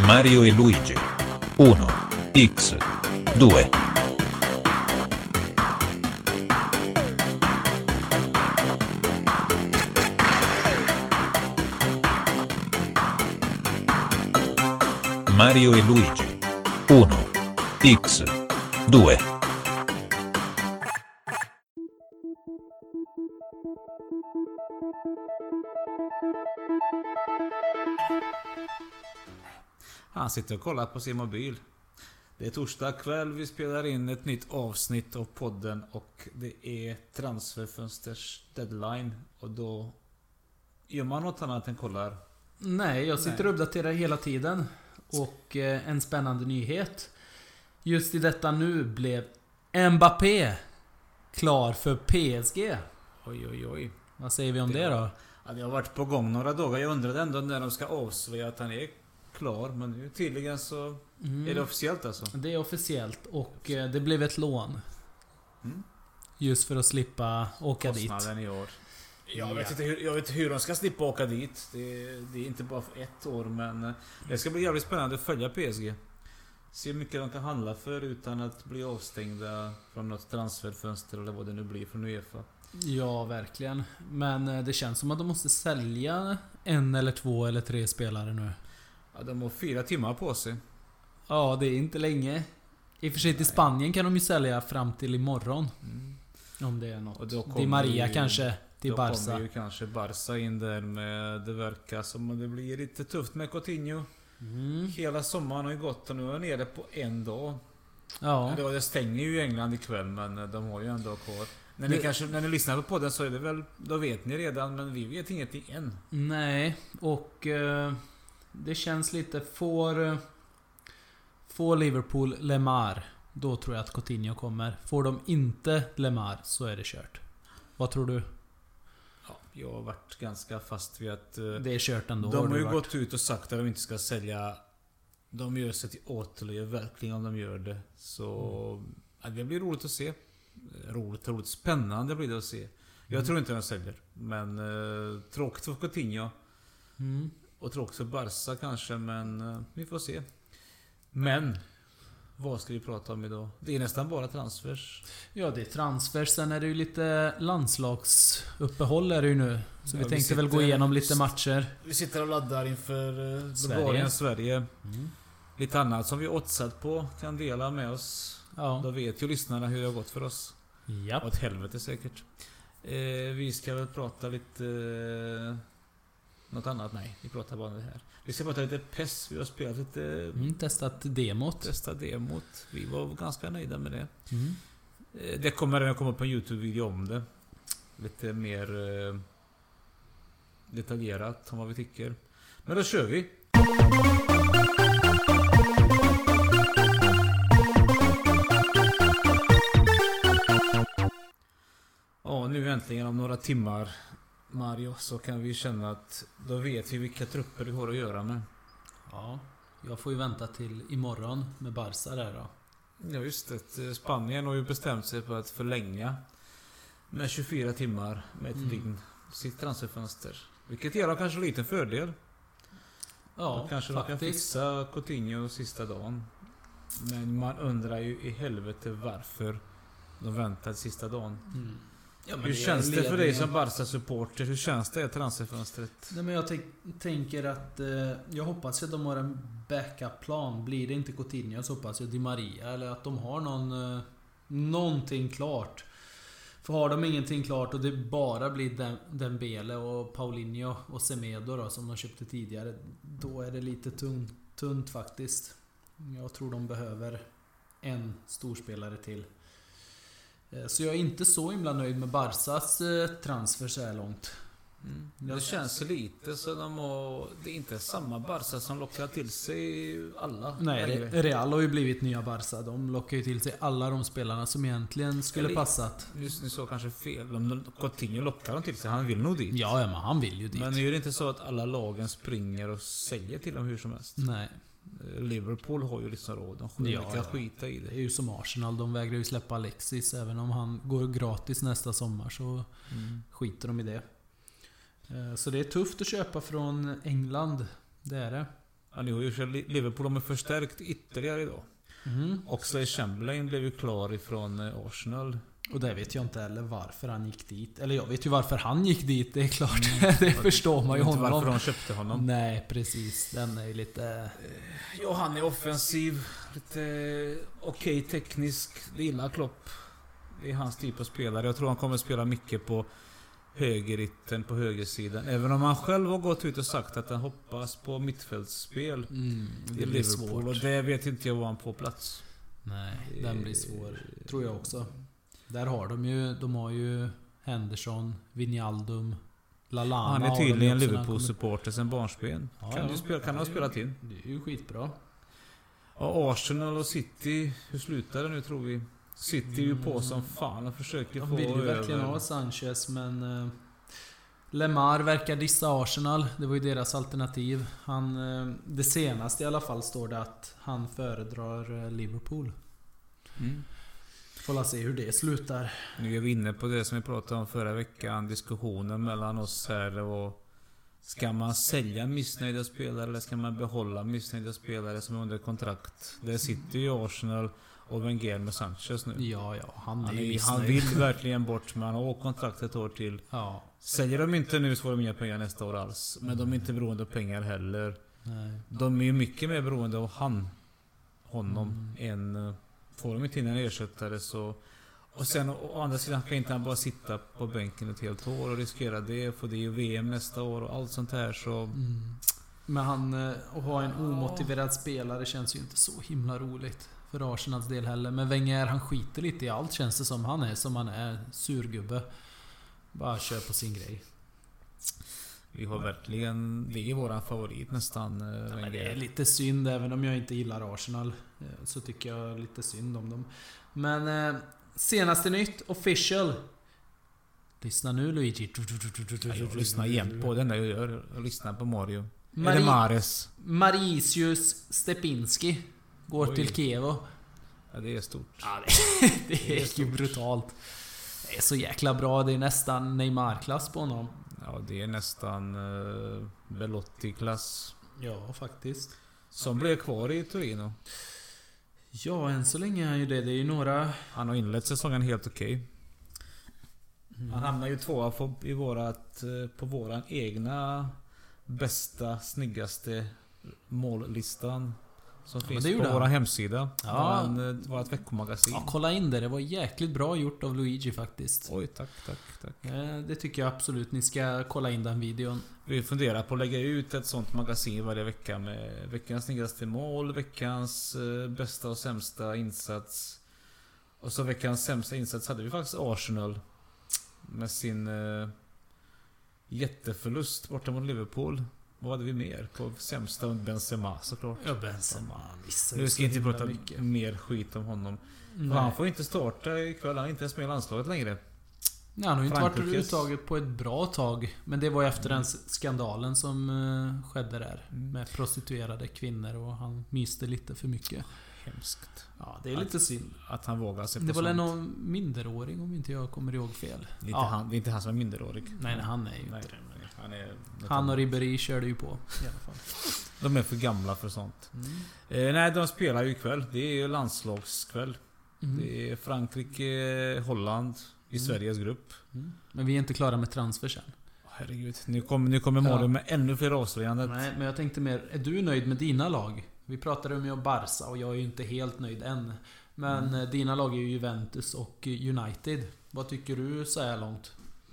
Mario e Luigi. 1. X. 2. Mario e Luigi. 1. X. 2. Han sitter och kollar på sin mobil. Det är torsdag kväll, vi spelar in ett nytt avsnitt av podden och det är transferfönsters deadline och då gör man något annat än kollar. Nej, jag sitter och uppdaterar hela tiden. Och en spännande nyhet. Just i detta nu blev Mbappé klar för PSG. Oj. Vad säger vi om det då? Ja, det har varit på gång några dagar. Jag undrade ändå när de ska avslöja att han är klar. Men nu tydligen så är det officiellt alltså. Det är officiellt och det blev ett lån. Just för att slippa åka kostnaden dit. I år. Jag vet inte hur de ska slippa åka dit. Det är inte bara för ett år, men det ska bli jävligt spännande att följa PSG. Se hur mycket de kan handla för utan att bli avstängda från något transferfönster eller vad det nu blir från UEFA. Ja, verkligen. Men det känns som att de måste sälja 1 eller 2 eller 3 spelare nu. Ja, de har 4 timmar på sig. Ja, det är inte länge. I och för sig till Spanien kan de ju sälja fram till imorgon. Om det är något. Och då Di Maria kanske till då Barca. kommer ju kanske Barca in där med, det verkar som att det blir lite tufft med Coutinho. Hela sommaren har ju gått och nu är jag nere på en dag. Ja. Det stänger ju England ikväll, men de har ju en dag kvar. När ni lyssnar på podden så är det väl, då vet ni redan, men vi vet ingenting än. Nej, och det känns lite får Liverpool Lemar, då tror jag att Coutinho kommer. Får de inte Lemar så är det kört. Vad tror du? Ja, jag har varit ganska fast vid att det är kört ändå. de har ju gått ut och sagt att de inte ska sälja. De gör sig till återlöje verkligen om de gör det. Så ja, det blir roligt att se. Roligt, spännande blir det att se. Jag tror inte de säljer, men tråkigt för Coutinho. Och tråkigt för Barca kanske, men vi får se. Men vad ska vi prata om idag? Det är nästan bara transfers. Ja, det är transfers. Sen är det ju lite landslagsuppehåll är det ju nu. Så vi tänkte väl gå igenom lite matcher. Vi sitter och laddar inför Bulgarien, Sverige. Lite annat som vi oddsat på kan dela med oss. Ja. Då vet ju lyssnarna hur det har gått för oss. Japp. Åt helvete säkert. Vi ska väl prata lite något annat. Nej, vi pratar bara om det här. Vi ska prata lite PES. Vi har spelat lite testat demot. Vi var ganska nöjda med det. Det kommer komma på en YouTube-video om det. Lite mer detaljerat om vad vi tycker. Men då kör vi. Ja, nu äntligen om några timmar, Mario, så kan vi känna att då vet vi vilka trupper vi har att göra med. Ja, jag får ju vänta till imorgon med Barca där då. Ja, just det. Spanien har ju bestämt sig på att förlänga med 24 timmar med ett dygn sitt transferfönster. Vilket ger dem kanske en liten fördel. Ja, då kanske de kan fixa Coutinho sista dagen. Men man undrar ju i helvete varför de väntar sista dagen. Ja, hur känns det för dig som Barca-supporter? Hur känns det transferfönstret? Nej, men jag tänker att jag hoppas att de har en backup-plan. Blir det inte Coutinho så hoppas jag Di Maria. Eller att de har någonting klart. För har de ingenting klart och det bara blir Dembele och Paulinho och Semedo då, som de köpte tidigare, då är det lite tunt faktiskt. Jag tror de behöver en storspelare till. Så jag är inte så himla nöjd med Barcas transfer så här långt. Det känns lite så det är inte samma Barca som lockar till sig alla. Nej, Real har ju blivit nya Barca. De lockar ju till sig alla de spelarna som egentligen skulle passat. Just nu så kanske fel. Coutinho lockar de till sig. Han vill nog dit. Ja, men han vill ju dit. Men är det inte så att alla lagen springer och säljer till dem hur som helst? Nej. Liverpool har ju liksom råd. De kan skita i det. Det är ju som Arsenal. De vägrar ju släppa Alexis. Även om han går gratis nästa sommar så skiter de i det. Så det är tufft att köpa från England. Det är det. Ja, nu har ju Liverpool de är förstärkt ytterligare idag. Oxlade Chamberlain blev ju klar ifrån Arsenal. Och det vet jag inte heller varför han gick dit. Eller jag vet ju varför han gick dit, det är klart. Det förstår man ju Inte honom. varför de köpte honom. Nej, precis. Den är ju lite... Ja, han är offensiv. Lite okej teknisk. Det gillar Klopp. Det är hans typ av spelare. Jag tror han kommer att spela mycket på högerytten, på högersidan. Även om han själv har gått ut och sagt att han hoppas på mittfältsspel det i blir Liverpool. svårt. Och det vet inte jag var han på plats. Nej, den blir svår. Tror jag också. Där har de har ju Henderson, Wijnaldum, Lallana. Han är tydligen Liverpool-supporter sen barnsben. Ja, Kan ha spelat in. Det är ju skitbra. Och Arsenal och City, hur slutar det nu tror vi? City är ju på som fan och försöker De få vill ju verkligen ha Sanchez, men Lemar verkar dissa Arsenal. Det var ju deras alternativ. Det senaste i alla fall står det att han föredrar Liverpool. Får se hur det slutar. Nu är vi inne på det som vi pratade om förra veckan. Diskussionen mellan oss här och... Ska man sälja missnöjda spelare eller ska man behålla missnöjda spelare som är under kontrakt? Det sitter ju Arsenal och Wenger med Sanchez nu. Ja, han är ju missnöjd. Han vill verkligen bort, men han har kontrakt ett år till. Ja. Säljer de inte nu så får de inga pengar nästa år alls. Men de är inte beroende av pengar heller. Nej. De är ju mycket mer beroende av honom än... Får de inte in en ersättare så... Och sen å andra sidan kan inte han bara sitta på bänken ett helt år och riskera det. För det är ju VM nästa år och allt sånt här så... Men att ha en omotiverad spelare känns ju inte så himla roligt för Arsenals del heller. Men Wenger, han skiter lite i allt, känns det som. Han är surgubbe. Bara kör på sin grej. Vi har verkligen... Det är våran favorit nästan. Ja, men det är lite synd, även om jag inte gillar Arsenal. Så tycker jag lite synd om dem. Men senaste nytt, official. Lyssna nu Luigi. Jag lyssnar jämt på den där jag gör. Jag lyssnar på Mario. Eller Mares. Mauricius Stepinski går till Kiev. Ja, det är stort. Ja, det är ju brutalt. Det är så jäkla bra. Det är nästan Neymar-klass på honom. Ja, det är nästan Belotti-klass. Ja, faktiskt. Som blev kvar i Torino. Ja, än så länge är han ju det. Det är ju några... Han har inlett säsongen helt okej. Han hamnar ju tvåa på våran egna bästa, snyggaste mållistan. Som finns på vår hemsida. Ja. Vårt veckomagasin. Ja, kolla in det. Det var jäkligt bra gjort av Luigi faktiskt. Oj, tack. Det tycker jag absolut. Ni ska kolla in den videon. Vi funderar på att lägga ut ett sånt magasin varje vecka med veckans snyggaste mål, veckans bästa och sämsta insats. Och så veckans sämsta insats hade vi faktiskt Arsenal. Med sin jätteförlust borta mot Liverpool. Vad hade vi mer? På sämsta Benzema såklart. Ja, Benzema. Nu ska inte prata mer skit om honom. Han får inte starta ikväll. Han är inte ens med i landslaget längre. Nej, han har ju inte varit uttaget på ett bra tag. Men det var efter den skandalen som skedde där. Med prostituerade kvinnor och han myste lite för mycket. Hemskt. Ja, det är lite synd. Att han vågar sig på det var sånt. någon minderårig om inte jag kommer ihåg fel. Det är inte han som är minderårig. Nej, han är ju inte det. Han och Ribéry körde ju på i alla fall. De är för gamla för sånt. Nej, de spelar ju ikväll. Det är ju landslagskväll. Det är Frankrike, Holland i Sveriges grupp. Men vi är inte klara med transfer sen. Herregud, nu kommer Mario med ännu fler avslöjanden. Nej, men jag tänkte mer, är du nöjd med dina lag? Vi pratade om Barca och jag är ju inte helt nöjd än. Men dina lag är ju Juventus och United. Vad tycker du så här långt?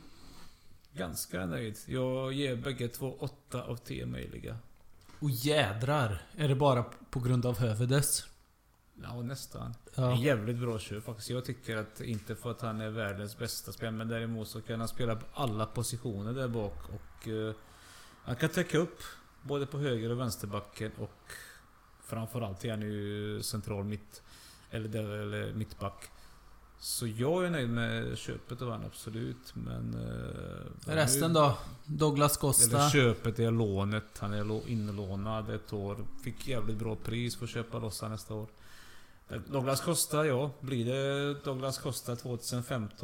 Ganska nöjd. Jag ger bägge 8 av 10 möjliga. Och jädrar, är det bara på grund av Hövedes? Ja, nästan. Ja. En jävligt bra köp faktiskt. Jag tycker att inte för att han är världens bästa spelare, men däremot så kan han spela på alla positioner där bak. Och han kan täcka upp både på höger och vänsterbacken och framförallt är han ju central mitt eller mittback. Så jag är nöjd med köpet av han absolut, men resten då? Douglas Costa? Eller köpet är lånet. Han är inlånad ett år. Fick jävligt bra pris för att köpa loss nästa år. Douglas Costa, ja. Blir det Douglas Costa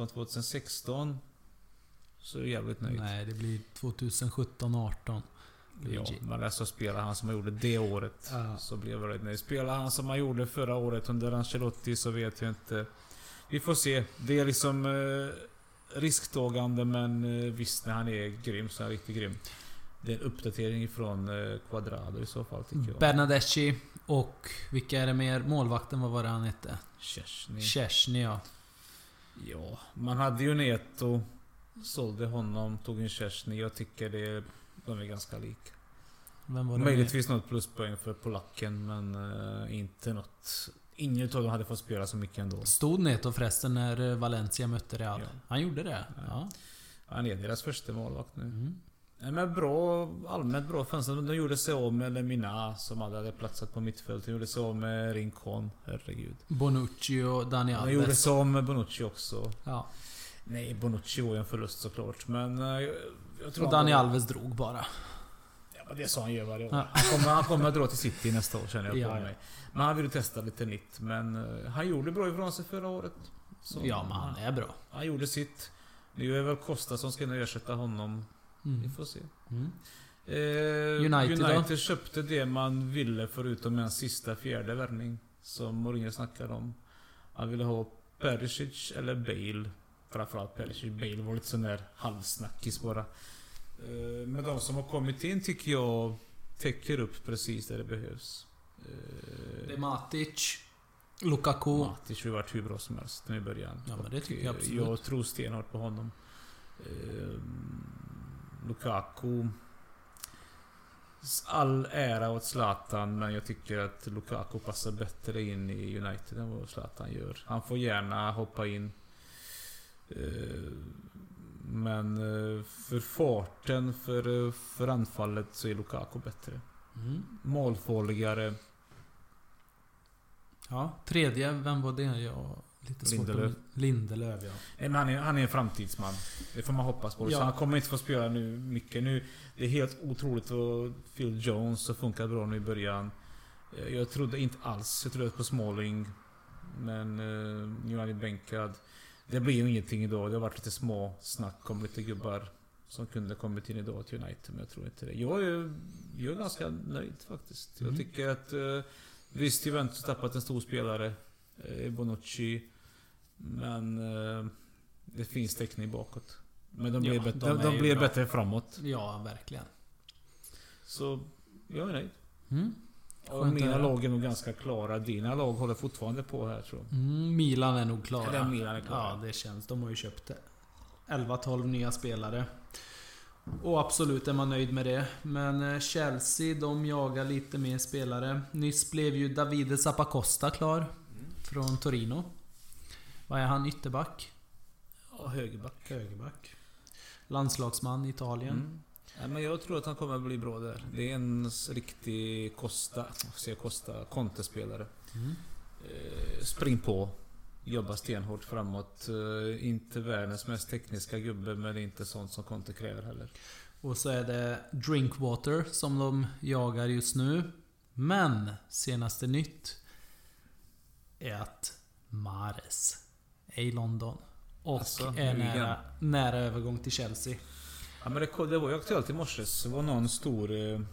2015-2016 så är jag jävligt nöjd. Nej, det blir 2017-18. Luigi. men alltså spelar han som han gjorde det året så blev jag rädd. När spelar han som han gjorde förra året under Ancelotti så vet jag inte. Vi får se. Det är liksom risktagande, men visst, när han är grym så är han riktigt grym. Det är en uppdatering från Quadrado i så fall, tycker jag. Bernadeschi och vilka är det mer? Målvakten, vad var det han hette? Szczesny. Ja. Ja, man hade ju Neto. Sålde honom, tog in Szczesny. Jag tycker de är ganska lika. Vem var det? Möjligtvis något pluspoäng för polacken, men inte något. Ingen av dem hade fått spela så mycket ändå. Stod Neto förresten när Valencia mötte Real? Ja. Han gjorde det? Ja. Han är deras första målvakt nu. Mm. Nej, men bra, allmänt bra fönster. De gjorde sig av med Lemina som hade platsat på mittfältet. De gjorde sig av med Rincon, herregud. Bonucci och Dani De Alves. gjorde sig av med Bonucci också. Ja. Nej, Bonucci var ju en förlust såklart. Men jag tror Och Dani Alves drog bara. Ja, men det sa han ju varje år. Ja. Han kommer att dra till City nästa år, känner jag på Ja, ja. mig. Men han ville testa lite nytt. Men han gjorde bra ifrån sig förra året. Så Ja, men han är bra. han gjorde sitt. Nu är det väl Costa som ska nu ersätta honom. Vi får se. Mm. United köpte det man ville förutom en sista fjärde värvning som Mourinho snackade om. Han ville ha Perisic eller Bale. Framförallt Perisic. Bale var lite sån där halvsnackis bara. Men de som har kommit in tycker jag täcker upp precis där det behövs. Det är Matic, Lukaku. Matic har ju varit hur bra som helst nu i början. Ja, men det tycker jag absolut. Jag tror stenhårt på honom. Lukaku. All ära åt Zlatan, men jag tycker att Lukaku passar bättre in i United än vad Zlatan gör. Han får gärna hoppa in. Men för farten, för anfallet så är Lukaku bättre. Målfarligare. Ja, tredje, vem var det? Lite svårt Lindelöf. Lindelöf, ja. Nej, men han är en framtidsman. Det får man hoppas på. Ja. Så han kommer inte få spela nu mycket. Nu, det är helt otroligt och Phil Jones så funkar bra nu i början. Jag trodde inte alls. Jag trodde på Smalling. Men nu är han bänkad. Det blir ju ingenting idag. Det har varit lite små snack om lite gubbar som kunde kommit in idag till United. Men jag tror inte det. Jag är ganska nöjd faktiskt. Jag tycker att visst, Juventus tappat en stor spelare. Bonucci. Men det finns täckning bakåt. Men de blir, de blir bättre framåt. Ja, verkligen. Så jag är nöjd. Och Skönt mina att- lag är nog ganska klara. Dina lag håller fortfarande på här, tror jag. Milan är nog klara. Eller Milan är klara. Ja, det känns. De har ju köpt 11-12 nya spelare. Och absolut är man nöjd med det. Men Chelsea, de jagar lite mer spelare. Nyss blev ju Davide Zappacosta klar. Från Torino. Vad är han? Ytterback? Och högerback. Högerback. Landslagsman i Italien. Ja, men jag tror att han kommer att bli bra där. Det är en riktig Conte-spelare. Spring på. Jobba stenhårt framåt. Inte världens mest tekniska gubbe, men det är inte sånt som Conte kräver heller. Och så är det Drinkwater som de jagar just nu. Men senaste nytt är att Mahrez är i London. Och Alltså, är nära övergång till Chelsea. Ja, men det var ju aktuellt i morse. Det var någon stor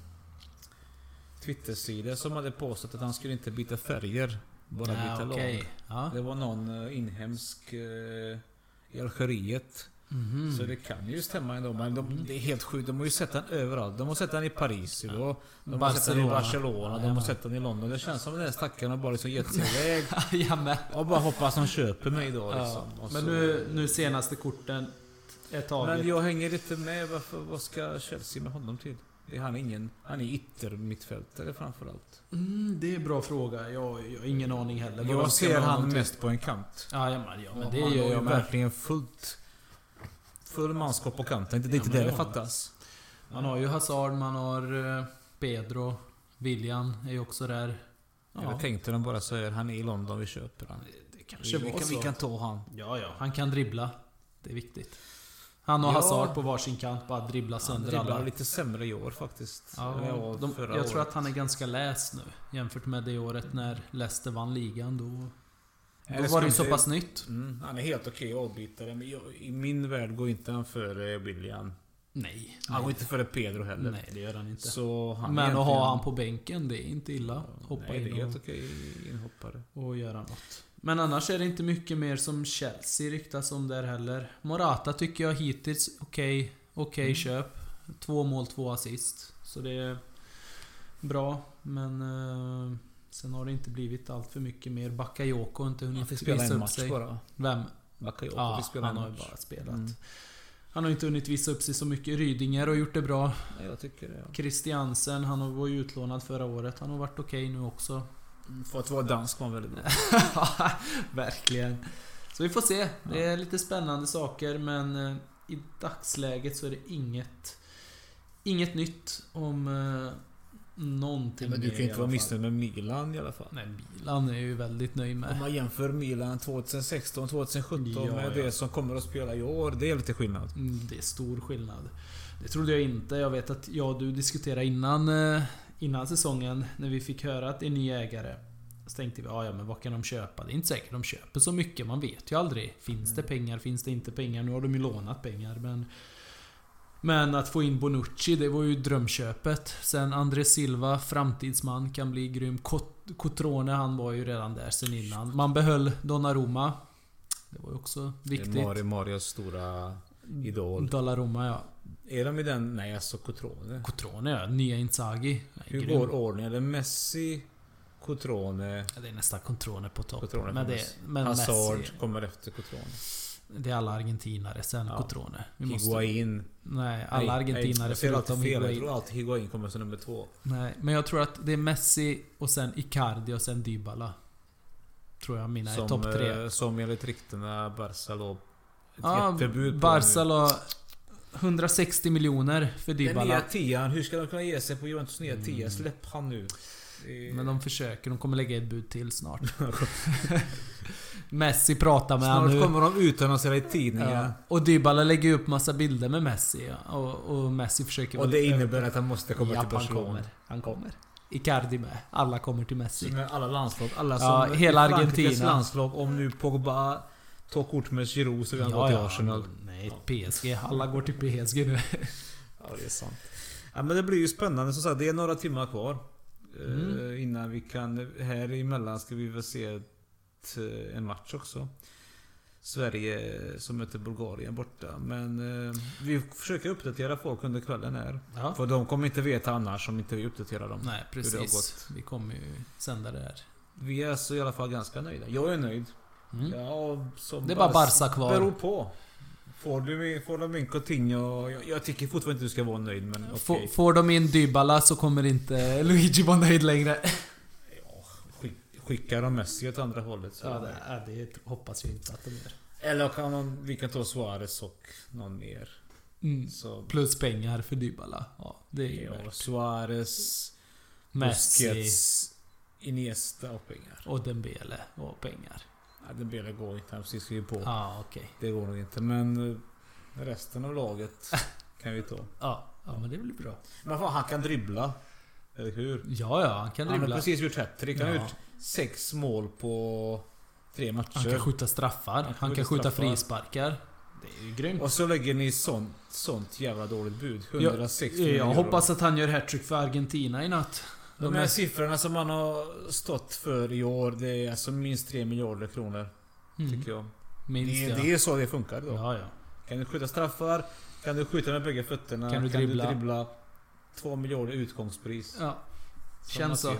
Twitter-sida som hade påstått att han skulle inte byta färger. Bara byta lag. Ja. Det var någon inhemsk i Algeriet. Så det kan ju stämma ändå. Men det är helt sjukt. De har ju sett den överallt. De har sett den i Paris idag. De har sett den i Barcelona. De har sett den i London. Det känns som att den där stackarna bara liksom gett sig iväg. Jamen. Och bara hoppas de köper mig idag liksom. Och Men så- nu senaste korten är taget. Men jag hänger lite med. Vad ska Chelsea med honom till? Han är ytter-mittfältare framförallt. Det är en bra fråga. Jag har ingen aning heller. Vad de Jag ska ser med han honom till. mest på en kant. Ja, men det Han gör har ju jag med. verkligen full manskap på kanten. Det är inte men det det det har fattas. Man har ju Hazard, man har Pedro. William är ju också där. Jag tänkte de bara säger han är i London, vi köper han. Det kanske var så. Vi kan ta han. Ja. Han kan dribbla. Det är viktigt. Han och Hazard på varsin kant bara dribbla Han sönder dribblar alla. lite sämre i år faktiskt. Ja, jag tror att han är ganska läs nu. Jämfört med det året när Leicester vann ligan. Då var det ju så pass nytt. Han är helt okej avbytare. Men i min värld går inte han före William. Nej. Han går inte före Pedro heller. Nej, det gör han inte. Så han Men att egentligen... ha han på bänken, det är inte illa. Hoppa Nej, det är in helt okej inhoppare. och göra något. Men annars är det inte mycket mer som Chelsea ryktas om där heller. Morata tycker jag hittills okej köp. 2 mål, 2 assist. Så det är bra. Men sen har det inte blivit allt för mycket mer. Bakayoko har inte Han hunnit fick spela visa en upp match sig. bara. Vem? Bakayoko Ja, fick spela han en har ju match. bara spelat. Han har inte hunnit visa upp sig så mycket. Rydinger har gjort det bra. Nej, jag tycker det. Ja. Christiansen, han var ju utlånad förra året. Han har varit okej nu också. För att vara dansk var han väldigt bra. Verkligen. Så vi får se. Det är lite spännande saker, men i dagsläget så är det inget nytt om någonting. Men du kan mer inte i vara alla missnöjd med Milan i alla fall. fall. Nej, Milan är jag ju väldigt nöjd Om med. man jämför Milan 2016, 2017 Ja, med det som kommer att spela i år. Det är lite skillnad. Det är stor skillnad. Det trodde jag inte. Jag vet att jag och du diskuterade innan säsongen, när vi fick höra att det är ny ägare. Så tänkte vi, ja men vad kan de köpa? Det är inte säkert de köper så mycket, man vet ju aldrig. Finns det pengar, finns det inte pengar? Nu har de ju lånat pengar, men att få in Bonucci, det var ju drömköpet. Sen André Silva, framtidsman, kan bli grym. Cotrone, han var ju redan där sen innan. Man behöll Donnarumma. Det var ju också viktigt. Marios stora idol. Donnarumma, ja. Är de i den? Nej, alltså Cotrone. Cotrone, ja. Nya Inzaghi. Hur Grym. går ordningen? Är det Messi, Cotrone, Ja, det är nästan Cotrone på topp. Cotrone Men Hazard Messi, kommer efter Cotrone. det är alla argentinare sen Ja. Cotrone. Higuain. Nej, alla argentinare jag ser alltid förutom fel. Jag Higuain. tror alltid Higuain kommer som nummer 2. Nej, men jag tror att det är Messi och sen Icardi och sen Dybala. Tror jag mina är topp 3. Som enligt ryktena Barca låg ett Ja, jättebud på Barca nu. la 160 miljoner för Den nya Dybala. 10, hur ska de kunna ge sig på Juventus nya 10? Släpp han nu. Men de försöker, de kommer lägga ett bud till snart. Messi pratar med han Snart nu. kommer de utannonsera i tidningar. Ja. Och Dybala lägger upp massa bilder med Messi. Ja. Och Messi försöker... Och det innebär att han måste komma till han Barcelona. Han kommer. Icardi med. Alla kommer till Messi. Med alla landslag. Alla Ja, som hela i Frankrikes Argentina. landslag. Om nu Pogba tar kort med Giroud så vill han gå till Arsenal. Nej, PSG. Alla går till PSG nu. Ja, det är sant. Ja, men det blir ju spännande. Som sagt, det är några timmar kvar. Innan vi kan... Här emellan ska vi väl se en match också. Sverige som möter Bulgarien borta. Men vi försöker uppdatera folk under kvällen här. Ja. För de kommer inte veta annars om inte vi uppdaterar dem. Nej, hur det har precis. gått. Vi kommer ju sända det här. Vi är så i alla fall ganska nöjda. Jag är nöjd. Ja, som Det är bara Barca kvar. Beror på. Får de in Coutinho? Jag tycker fortfarande inte du ska vara nöjd, men okej. Får de in Dybala så kommer inte Luigi vara nöjd längre. Skickar de Messi åt andra hållet så. Ja, det hoppas jag inte att de gör. Eller kan vi kan ta Suarez och någon mer. Så, Plus pengar för Dybala. Ja, det är ju värt. Suarez, Messi Busquets, Iniesta och pengar. och Dembele och pengar. Ja, Dembele går inte, han precis skriver på. Ja, okej. Det går nog inte, men resten av laget kan vi ta. Ja, men det blir bra. Men fan, han kan dribbla. Eller hur? Ja, han kan Han har dribbla. precis gjort hattrick. Han har Ja. gjort 6 mål på 3 matcher. Han kan skjuta straffar. Han kan skjuta frisparkar. Det är ju grymt. Och så lägger ni sånt jävla dåligt bud. 160 Jag miljoner. hoppas att han gör hattrick för Argentina i natt. De här siffrorna som han har stått för i år, det är alltså minst 3 miljarder kronor. Tycker jag. Minst, Det är så det funkar då. Ja. Kan du skjuta straffar? Kan du skjuta med bägge fötterna? Kan du dribbla? 2 miljarder utgångspris. Ja. Känns så.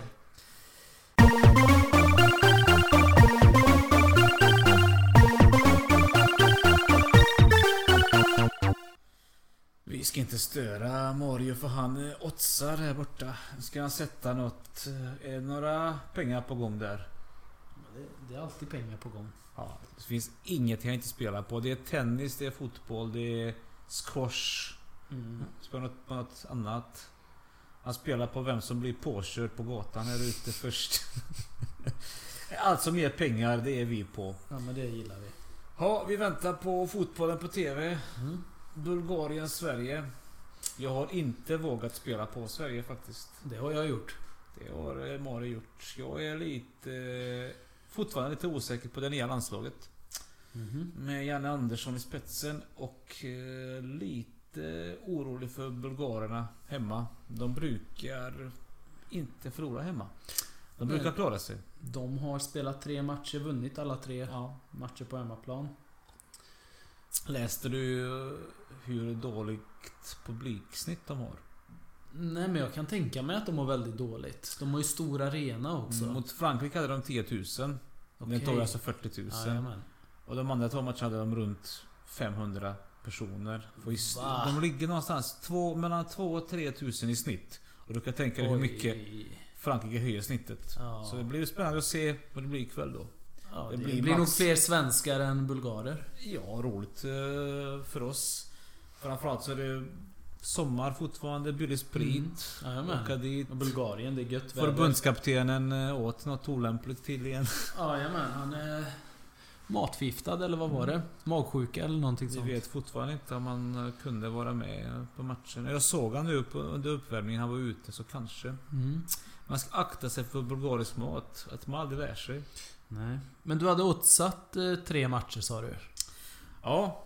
Vi ska inte störa Mario för han oddsar här borta. Ska han sätta något? Är det några pengar på gång där? Det är alltid pengar på gång. Ja, det finns inget jag inte spelar på. Det är tennis, det är fotboll, det är squash. Spelar något annat. Han spelar på vem som blir påkörd på gatan här ute först. Allt som ger pengar, det är vi på. Ja, men det gillar vi. Ja, vi väntar på fotbollen på TV. Bulgarien, Sverige. Jag har inte vågat spela på Sverige faktiskt. Det har jag gjort. Det har Mario gjort. Jag är fortfarande lite osäker på det nya landslaget. Med Janne Andersson i spetsen och lite lite orolig för bulgarerna hemma. De brukar inte förlora hemma. De brukar klara sig. De har spelat 3 matcher, vunnit alla 3 matcher på hemmaplan. Läste du hur dåligt publiksnitt de har? Nej, men jag kan tänka mig att de har väldigt dåligt. De har ju stor arena också. Mot Frankrike hade de 10 000. Den tog alltså 40 000. Jajamän. Och de andra 2 matcherna hade de runt 500 personer. Va? De ligger någonstans mellan 2 och 3 000 i snitt. Och du kan tänka dig hur mycket Frankrike höjer snittet. Ja. Så det blir spännande att se vad det blir ikväll då. Ja, det blir nog fler svenskar än bulgarer. Ja, roligt för oss. Framförallt så är det sommar fortfarande, billig sprit. Åka dit. Och Bulgarien, det är gött väder. Förbundskaptenen åt något olämpligt tydligen. Jajamän, han är matfiftad eller vad var det? Magsjuka eller någonting sånt. Vi vet fortfarande inte om han kunde vara med på matchen. Jag såg han nu under uppvärmningen, han var ute, så kanske. Man ska akta sig för bulgarisk mat, att man aldrig lär sig. Nej. Men du hade åtsatt 3 matcher, sa du? Ja,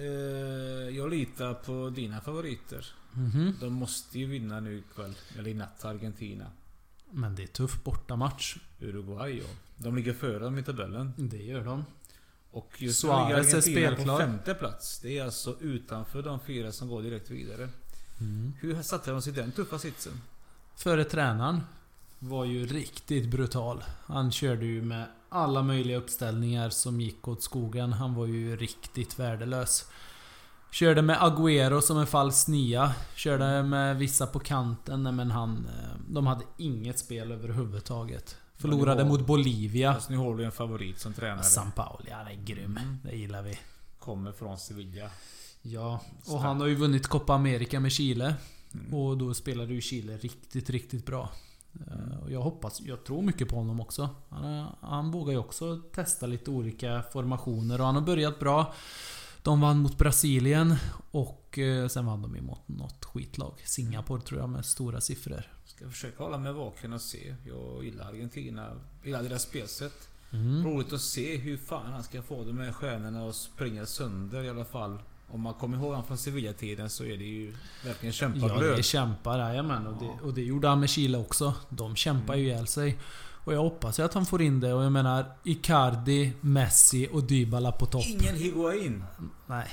jag litar på dina favoriter. De måste ju vinna nu ikväll, eller i natt, Argentina. Men det är tuff bortamatch. Uruguay, ja. De ligger före dem i tabellen. Det gör de. Och just Suarez nu är ligger Argentina spelklar. på 5:e plats. Det är alltså utanför de 4 som går direkt vidare. Hur satte de sig i den tuffa sitsen? Före tränaren var ju riktigt brutal. Han körde ju med alla möjliga uppställningar som gick åt skogen. Han var ju riktigt värdelös. Körde med Agüero som en falsk nia. Körde med vissa på kanten. Men de hade inget spel överhuvudtaget. Förlorade mot Bolivia. Alltså, nu har du en favorit som tränare. Sampaoli, han är grym. Det gillar vi. Kommer från Sevilla. Ja, och han har ju vunnit Copa America med Chile. Och då spelade ju Chile riktigt, riktigt bra. Och jag tror mycket på honom också. Han vågar ju också testa lite olika formationer. Och han har börjat bra. De vann mot Brasilien. Och sen vann de emot något skitlag. Singapore tror jag, med stora siffror. Ska försöka hålla mig vaken och se. Jag gillar Argentina. Gillar deras spelsätt. Roligt att se hur fan han ska få de här stjärnorna att springa sönder i alla fall. Om man kommer ihåg han från Sevilla-tiden så är det ju verkligen kämpaglöd. Ja, det är kämpar, jajamän. Och det gjorde han med Chile också. De kämpar ju ihjäl sig. Och jag hoppas att han får in det. Och jag menar, Icardi, Messi och Dybala på topp. Ingen Higuain. Nej.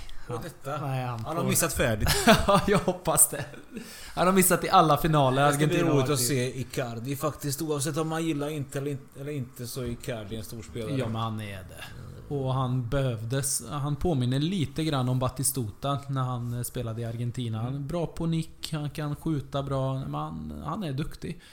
Han har missat färdigt. Ja, jag hoppas det. Han har missat i alla finaler. Det ska bli roligt att se Icardi faktiskt. Oavsett om man gillar inte eller inte, så är Icardi en stor spelare. Ja, men han är det. Och han behövdes. Han påminner lite grann om Batistuta när han spelade i Argentina. Han är bra på nick. Han kan skjuta bra. Men han är duktig.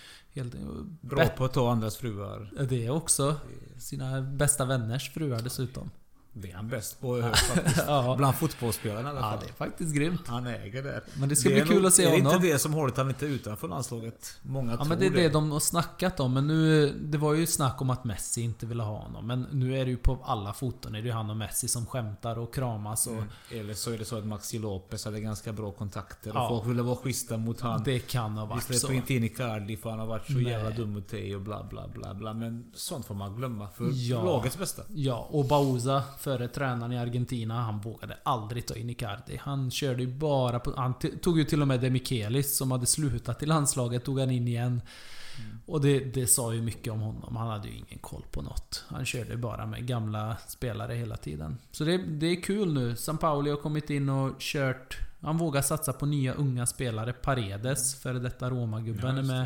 Bra på att ta andras fruar. Det är också. Sina bästa vänners fruar dessutom. Det är han bäst på faktiskt. Ja. Bland fotbollsspelarna i alla fall. Ja, det är faktiskt grymt. Han äger det. Men det ska bli kul att se honom. Det är inte det som hållit han inte utanför landslaget. Många tror men det är det de har snackat om. Men nu, det var ju snack om att Messi inte ville ha honom. Men nu är det ju på alla foton. Är det ju han och Messi som skämtar och kramas. Och Eller så är det så att Maxi Lopez hade ganska bra kontakter. Ja. Och folk ville vara schyssta mot han. Det kan ha varit så. Vi släpper inte in Icardi för han har varit så jävla dum mot dig och bla bla bla bla. Men sånt får man glömma för lagets bästa. Ja, och Bauza, före tränaren i Argentina, han vågade aldrig ta in Icardi. Han körde ju bara på... Han tog ju till och med De Michelis som hade slutat i landslaget, tog han in igen. Och det sa ju mycket om honom. Han hade ju ingen koll på något. Han körde bara med gamla spelare hela tiden. Så det är kul nu. Sampaoli har kommit in och kört... Han vågar satsa på nya unga spelare. Paredes, före detta Roma-gubben, är med.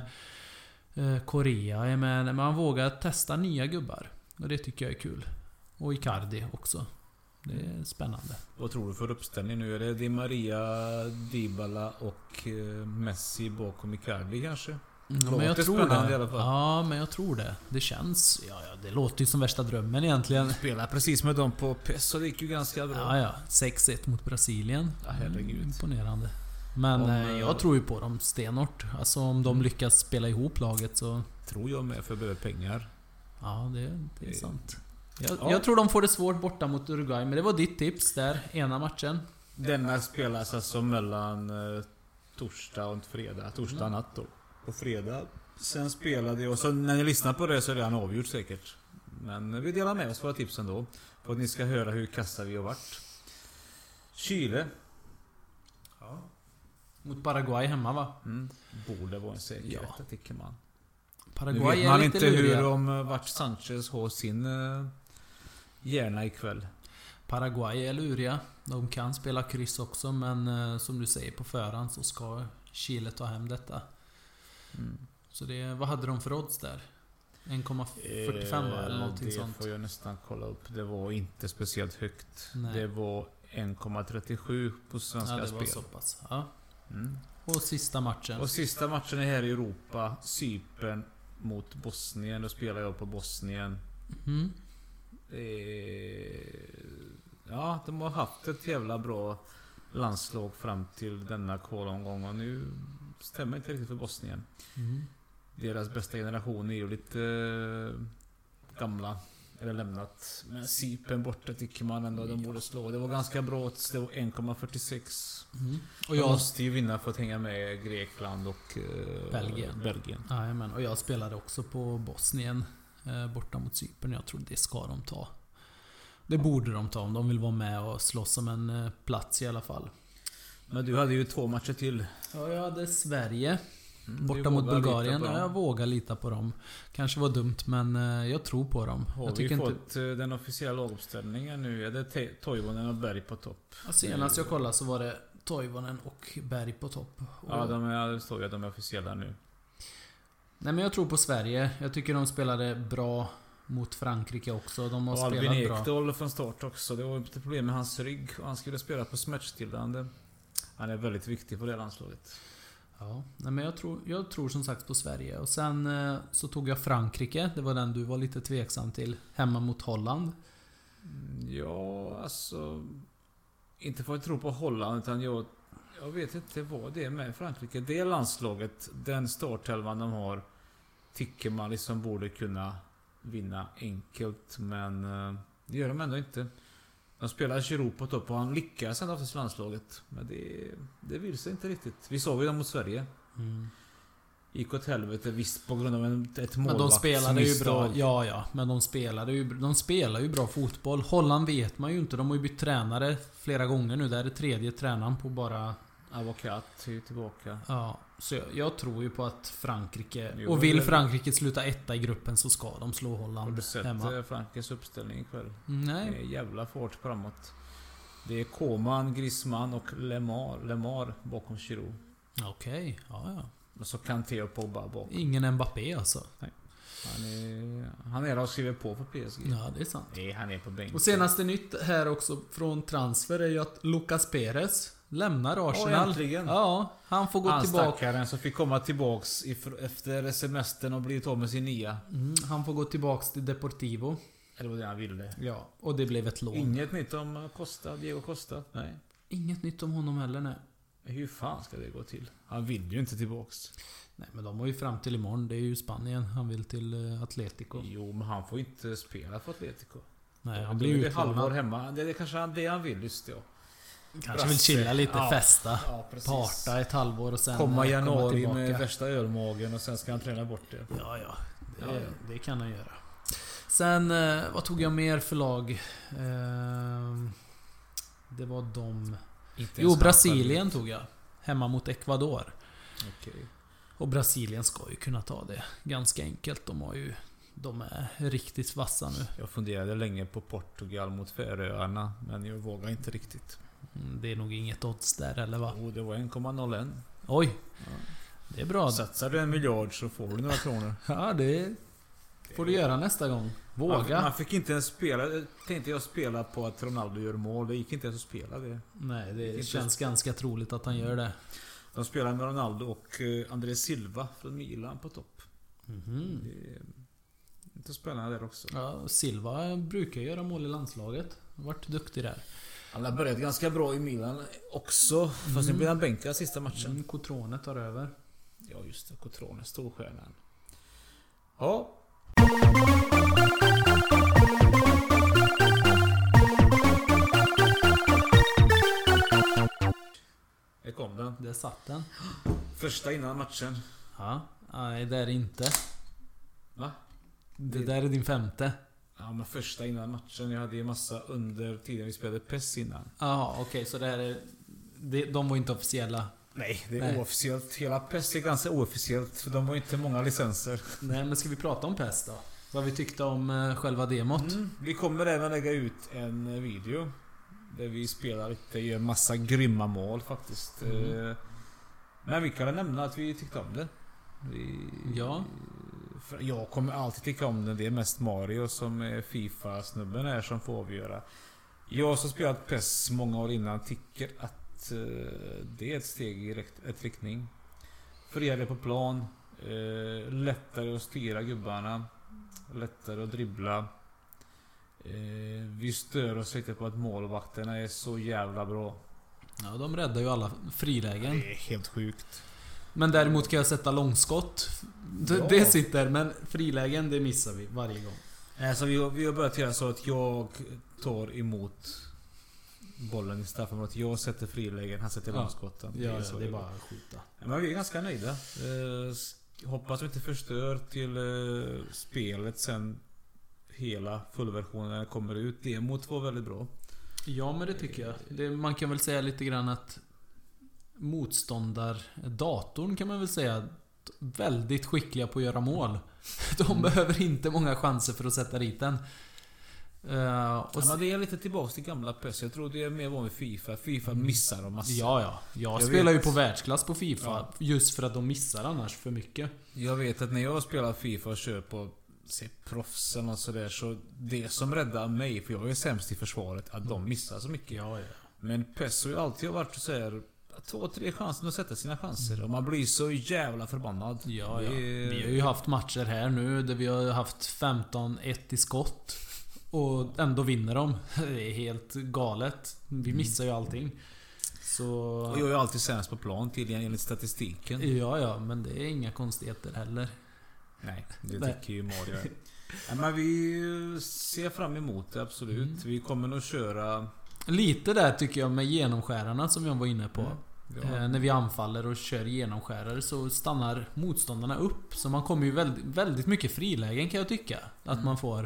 Korea är med. Men han vågar testa nya gubbar. Och det tycker jag är kul. Och Icardi också. Det är spännande. Vad tror du för uppställning nu? Är det Di Maria, Dybala och Messi bakom Icardi kanske? Men jag tror det. I alla fall. Ja, men jag tror det. Det känns... Ja, det låter ju som värsta drömmen egentligen. Spelar precis med dem på PES så det gick ju ganska bra. Ja. 6-1 mot Brasilien. Ja, herregud. Imponerande. Men jag tror ju på dem stenhårt. Alltså om de lyckas spela ihop laget så... Tror jag med, för behöver pengar. Ja, det är sant. Jag tror de får det svårt borta mot Uruguay. Men det var ditt tips där, ena matchen. Denna spelas alltså mellan torsdag och fredag. Torsdag natt då. På fredag. Sen spelade jag... Och så när ni lyssnar på det så är det avgjort säkert. Men vi delar med oss våra tips ändå. För att ni ska höra hur kassa vi har varit. Chile. Ja. Mot Paraguay hemma va? Borde vara en säkerhet, det tycker man. Nu Paraguay vet är man lite inte luriga. hur om vart Sanchez har sin hjärna ikväll. Paraguay är luriga. De kan spela kryss också, men som du säger på förhand så ska Chile ta hem detta. Så det, vad hade de för odds där? 1,45 va? Eller någonting det sånt. får jag nästan kolla upp. Det var inte speciellt högt. Nej. Det var 1,37 på Svenska Ja, det Spel. var så pass. Ja. Mm. Och sista matchen. Och sista matchen är här i Europa. Cypern mot Bosnien. Då spelar jag på Bosnien. Mm. Ja, de har haft ett jävla bra landslag fram till denna kvalomgång. Och nu stämmer inte riktigt för Bosnien. Mm. Deras bästa generation är ju lite gamla. Eller lämnat. Men Cypern borta tycker man ändå de borde slå. Det var ganska bra. Det var 1,46. Mm. Och Och jag... måste ju vinna för att hänga med Grekland och Belgien. Jajamän, och jag spelade också på Bosnien borta mot Cypern. Jag tror det ska de ta. Det borde de ta om de vill vara med och slåss om en plats i alla fall. Men du hade ju 2 matcher till. Ja, jag hade Sverige borta Du mot vågar Bulgarien. lita på Ja, dem. jag vågar lita på dem. Kanske var dumt, men jag tror på dem. Har Jag vi tycker inte... fått den officiella laguppställningen nu? Är det Toivonen och Berg på topp? Ja, senast jag kollade så var det Toivonen och Berg på topp. Och... Ja, det står ju att de är officiella nu. Nej, men jag tror på Sverige. Jag tycker de spelade bra mot Frankrike också. De har Och Albin spelat bra. Ekdal från start också. Det var ju ett problem med hans rygg. Och han skulle spela på smärtstillande. Han är väldigt viktig på det landslaget. Ja, nej, men jag tror som sagt på Sverige. Och sen så tog jag Frankrike. Det var den du var lite tveksam till. Hemma mot Holland. Ja, alltså... Inte för att tro på Holland, utan jag vet inte vad det är med Frankrike. Det landslaget, den startelvan de har, tycker man liksom borde kunna vinna enkelt. Men det gör de ändå inte. De spelar Giroud på topp och han lyckas ändå efter landslaget. Men det vill sig inte riktigt. Vi såg ju dem mot Sverige. Gick åt helvete visst på grund av ett målvakt. Men de spelade ju bra. Ja. Men de spelar ju bra fotboll. Holland vet man ju inte. De har ju bytt tränare flera gånger nu. Det är det 3:e tränaren på bara... Avocat är ju tillbaka. Ja, så jag tror ju på att Frankrike... Jo, och vill det- Frankrike sluta etta i gruppen så ska de slå Har Holland du sett hemma. Frankrikes uppställning ikväll? Det Nej. är jävla fart framåt. Det är Koman, Griezmann och Lemar bakom Giroud. Okej, ja. Och så Kanté och Pogba bakom. Ingen Mbappé alltså. Han är där och skriver på för PSG. Ja, det är sant. Nej, han är på bänken. Och senaste nytt här också från transfer är ju att Lucas Perez lämnar Arsenal. äntligen. Ja, han får gå Han tillbaka. stackaren som fick komma tillbaks efter semestern och blivit av med sin nia. Han får gå tillbaks till Deportivo. Eller vad det han ville. Ja, och det blev ett lån. Inget nytt om Diego Costa. Nej. Inget nytt om honom heller, nej. Hur fan ska det gå till? Han vill ju inte tillbaks. Nej, men de har ju fram till imorgon. Det är ju Spanien. Han vill till Atletico. Jo, men han får inte spela för Atletico. Nej, han Han blir blir ett halvår utlånad. hemma. Det är kanske det han vill, just det. Ja. Kanske vill chilla lite, Ja. festa. Ja, precis. Parta ett halvår och sen Komma i januari tillbaka. med värsta ölmagen och sen ska han träna bort det. Ja. Det kan han göra. Sen, vad tog jag mer för lag? Det var de... Inte Jo, ens Brasilien han tog jag. Hemma mot Ecuador. själv. Okej. Och Brasilien ska ju kunna ta det ganska enkelt. De är riktigt vassa nu. Jag funderade länge på Portugal mot Färöarna, men jag vågar inte riktigt. Det är nog inget odds där, eller va? Det var 1,01. Oj! Det är bra. Satsar du 1 miljard så får du några kronor. Ja, det får du göra nästa gång. Våga. Man fick inte ens spela. Tänkte jag spela på att Ronaldo gör mål. Det gick inte ens att spela det. Nej, det inte känns ganska troligt att han gör det. De spelar med Ronaldo och André Silva från Milan på topp. Det är inte spännande där också. Ja, Silva brukar göra mål i landslaget. Har varit duktig där. Han har börjat ganska bra i Milan också. Fast nu blir han bänkad sista matchen. Cotrone tar över. Ja just det, Cotrone, storstjärnan. Ja. Här kom den. Där satt den. Första innan matchen. Ja, nej det är det inte. Va? Det där är din 5:e. Ja, men första innan matchen. Jag hade ju massa under tiden vi spelade PES innan. Jaha, okej, så det här är... De var inte officiella. Nej, det är Nej. oofficiellt. Hela PES är ganska oofficiellt. För de har inte många licenser. Nej, men ska vi prata om PES då? Vad vi tyckte om själva demot? Vi kommer även lägga ut en video. Där vi spelar lite, gör massa grymma mål faktiskt. Men vi kan nämna att vi tyckte om det. Ja. För jag kommer alltid tycka om det. Det är mest Mario som är FIFA-snubben här som får avgöra. Jag som spelat PES många år innan tycker att det är ett steg i rätt riktning. Friare på plan. Lättare att styra gubbarna. Lättare att dribbla. Vi stör oss lite på att målvakterna är så jävla bra. Ja, de räddar ju alla frilägen. Det är helt sjukt. Men däremot kan jag sätta långskott. Ja. Det sitter, men frilägen det missar vi varje gång. Alltså vi har börjat göra så att jag tar emot bollen i straffområdet. Jag sätter frilägen, han sätter långskotten. Ja, så det är bara att skjuta. Men vi är ganska nöjda. Hoppas vi inte förstör till spelet sen hela fullversionen kommer ut. Demot var väldigt bra. Ja, men det tycker jag. Man kan väl säga lite grann att datorn kan man väl säga väldigt skickliga på att göra mål. De behöver inte många chanser för att sätta dit den. Men det är lite tillbaka till gamla PES. Jag tror det är mer vanligt FIFA. FIFA missar de massor. Ja. Jag spelar ju på världsklass på FIFA. Just för att de missar annars för mycket. Jag vet att när jag spelar FIFA och kör på proffsen och sådär, så det som räddar mig, för jag är sämst i försvaret, att de missar så mycket. Ja. Men PES har ju alltid varit så här 2-3 chanser att sätta sina chanser. Och man blir så jävla förbannad. Ja. Vi har ju haft matcher här nu där vi har haft 15-1 i skott. Och ändå vinner de. Det är helt galet. Vi missar ju allting. Så... Och jag är alltid sämst på plan tydligen enligt statistiken. Ja, men det är inga konstigheter heller. Nej, det tycker ju Mario. Ja, men vi ser fram emot det, absolut. Vi kommer nog köra... Lite där tycker jag med genomskärarna som jag var inne på. Ja. När vi anfaller och kör genomskärare så stannar motståndarna upp. Så man kommer ju väldigt, väldigt mycket frilägen kan jag tycka. Att man får...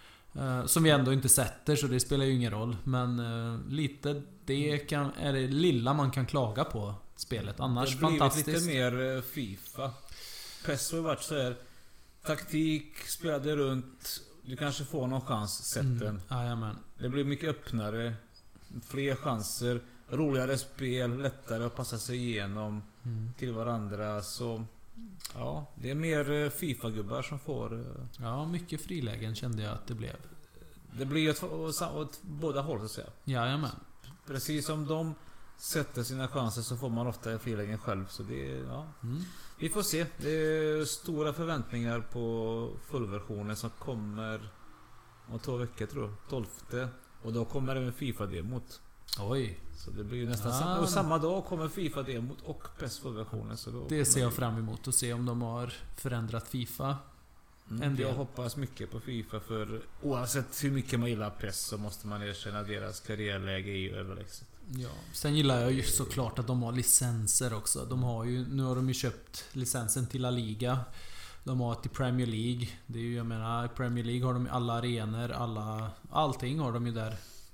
som vi ändå inte sätter, så det spelar ju ingen roll. Men lite det är det lilla man kan klaga på spelet. Annars det har fantastiskt. lite mer FIFA. PES har varit så här: taktik, spelade runt. Du kanske får någon chans, sätt den. Jajamän. Det blir mycket öppnare. Fler chanser. Roligare spel. Lättare att passa sig igenom till varandra. Så ja, det är mer FIFA-gubbar som får... Ja, mycket frilägen kände jag att det blev. Det blir åt båda håll så att säga. Jajamän. Precis som de sätter sina chanser så får man ofta frilägen själv. Så det är, ja. Vi får se. Det är stora förväntningar på fullversionen som kommer om 2 veckor tror jag. 12. Och då kommer även FIFA-demot. Oj. Så det blir ju nästan samma dag kommer FIFA-demot och PES-fullversionen. Så då Det ser jag fram emot och se om de har förändrat FIFA. Jag hoppas mycket på FIFA, för oavsett hur mycket man gillar PES så måste man erkänna deras karriärläge är ju överlägset. Ja. Sen gillar jag ju såklart att de har licenser också. Nu har de ju köpt licensen till La Liga. De har till Premier League. Det är ju, jag menar, i Premier League har de alla arenor, allting har de ju där.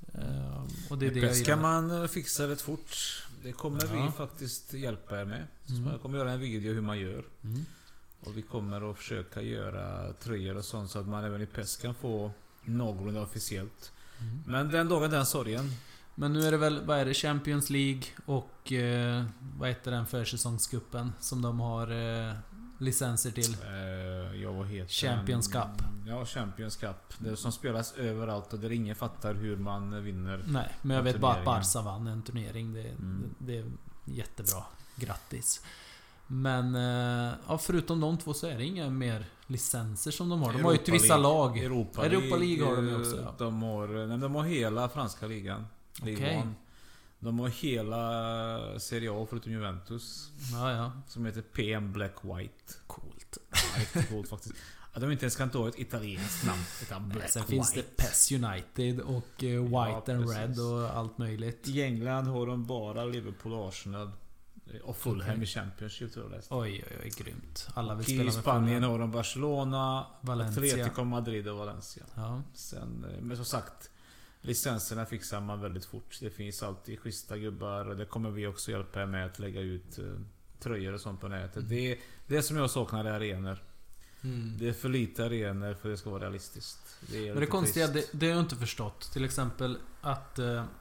Och det är det PES kan man fixa rätt fort. Det kommer vi faktiskt hjälpa er med. Så jag kommer göra en video hur man gör. Och vi kommer att försöka göra tröjor och sånt så att man även i PES kan få någorlunda officiellt. Men den dagen, den sorgen. Men nu är det väl, vad är det, Champions League och vad heter den försäsongscupen som de har licenser till? Vad heter Champions Cup. Ja, Champions Cup. Det som spelas överallt och där ingen fattar hur man vinner. Nej, men jag vet bara att Barca vann en turnering. Det är jättebra. Grattis. Men förutom de två så är det inga mer licenser som de har. De har ju till vissa lag. Europa League har de ju också. Ja. De har hela franska ligan. Okay. De har hela Serie A förutom Juventus. Ja. Som heter PM Black White. Coolt. Ja, riktigt coolt faktiskt. Att de inte ens kan ta ett italienskt namn. Utan Black Sen White. finns det PES United och White and Red och allt möjligt. I England har de bara Liverpool och Arsenal. Och Fulham i Championship tror jag. Oj, grymt. Alla vill och spela med i Spanien har de Barcelona, Valencia. Atletico Madrid och Valencia. Ja. Sen, men som sagt, licenserna fixar man väldigt fort. Det finns alltid schyssta gubbar och det kommer vi också hjälpa med att lägga ut tröjor och sånt på nätet. Det som jag saknar är arenor. Det är för lite arenor för det ska vara realistiskt. Men det konstiga, det har jag inte förstått. Till exempel att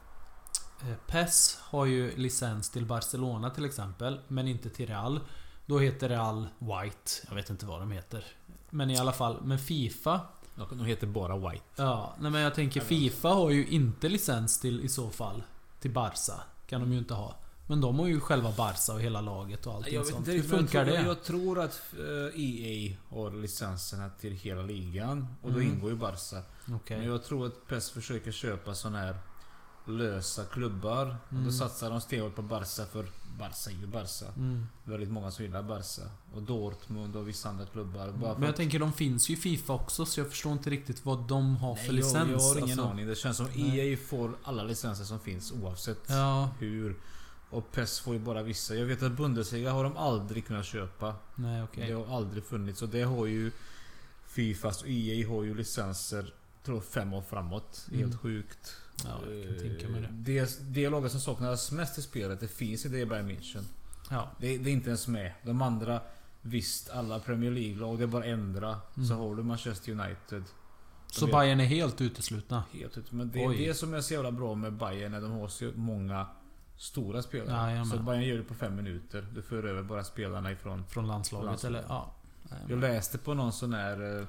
PES har ju licens till Barcelona till exempel, men inte till Real. Då heter Real White. Jag vet inte vad de heter. Men i alla fall, men FIFA... De heter bara White. Ja, nej men jag tänker FIFA har ju inte licens till, i så fall, till Barca. Kan de ju inte ha. Men de har ju själva Barca och hela laget och allting sånt. Hur funkar det? Jag tror att EA har licenserna till hela ligan. Och då ingår ju Barca. Okay. Men jag tror att PES försöker köpa sån här lösa klubbar. Och då satsar de stenhårt på Barca, för Barca är ju Barca. Väldigt många som gillar Barca. Och Dortmund och vissa andra klubbar. Men jag tänker, de finns ju i FIFA också, så jag förstår inte riktigt vad de har för licens. Jag har ingen aning. Det känns som EA får alla licenser som finns oavsett hur. Och PES får ju bara vissa. Jag vet att Bundesliga har de aldrig kunnat köpa. Nej, okej. Det har aldrig funnits. Och det har ju FIFA och EA har ju licenser, tror 5 år framåt. Helt sjukt. Ja, jag kan tänka mig det. Det laget som saknas mest i spelet, det finns i det i Bayern München. Ja. Det är inte ens med. De andra, visst, alla Premier League-lag, det är bara ändra. Så har du Manchester United. Så Bayern är helt uteslutna? Helt ut. Men det som är så jävla bra med Bayern är att de har så många stora spelare. Så Bayern gör det på 5 minuter. Du för över bara spelarna från landslaget. Eller, jag läste på någon sån här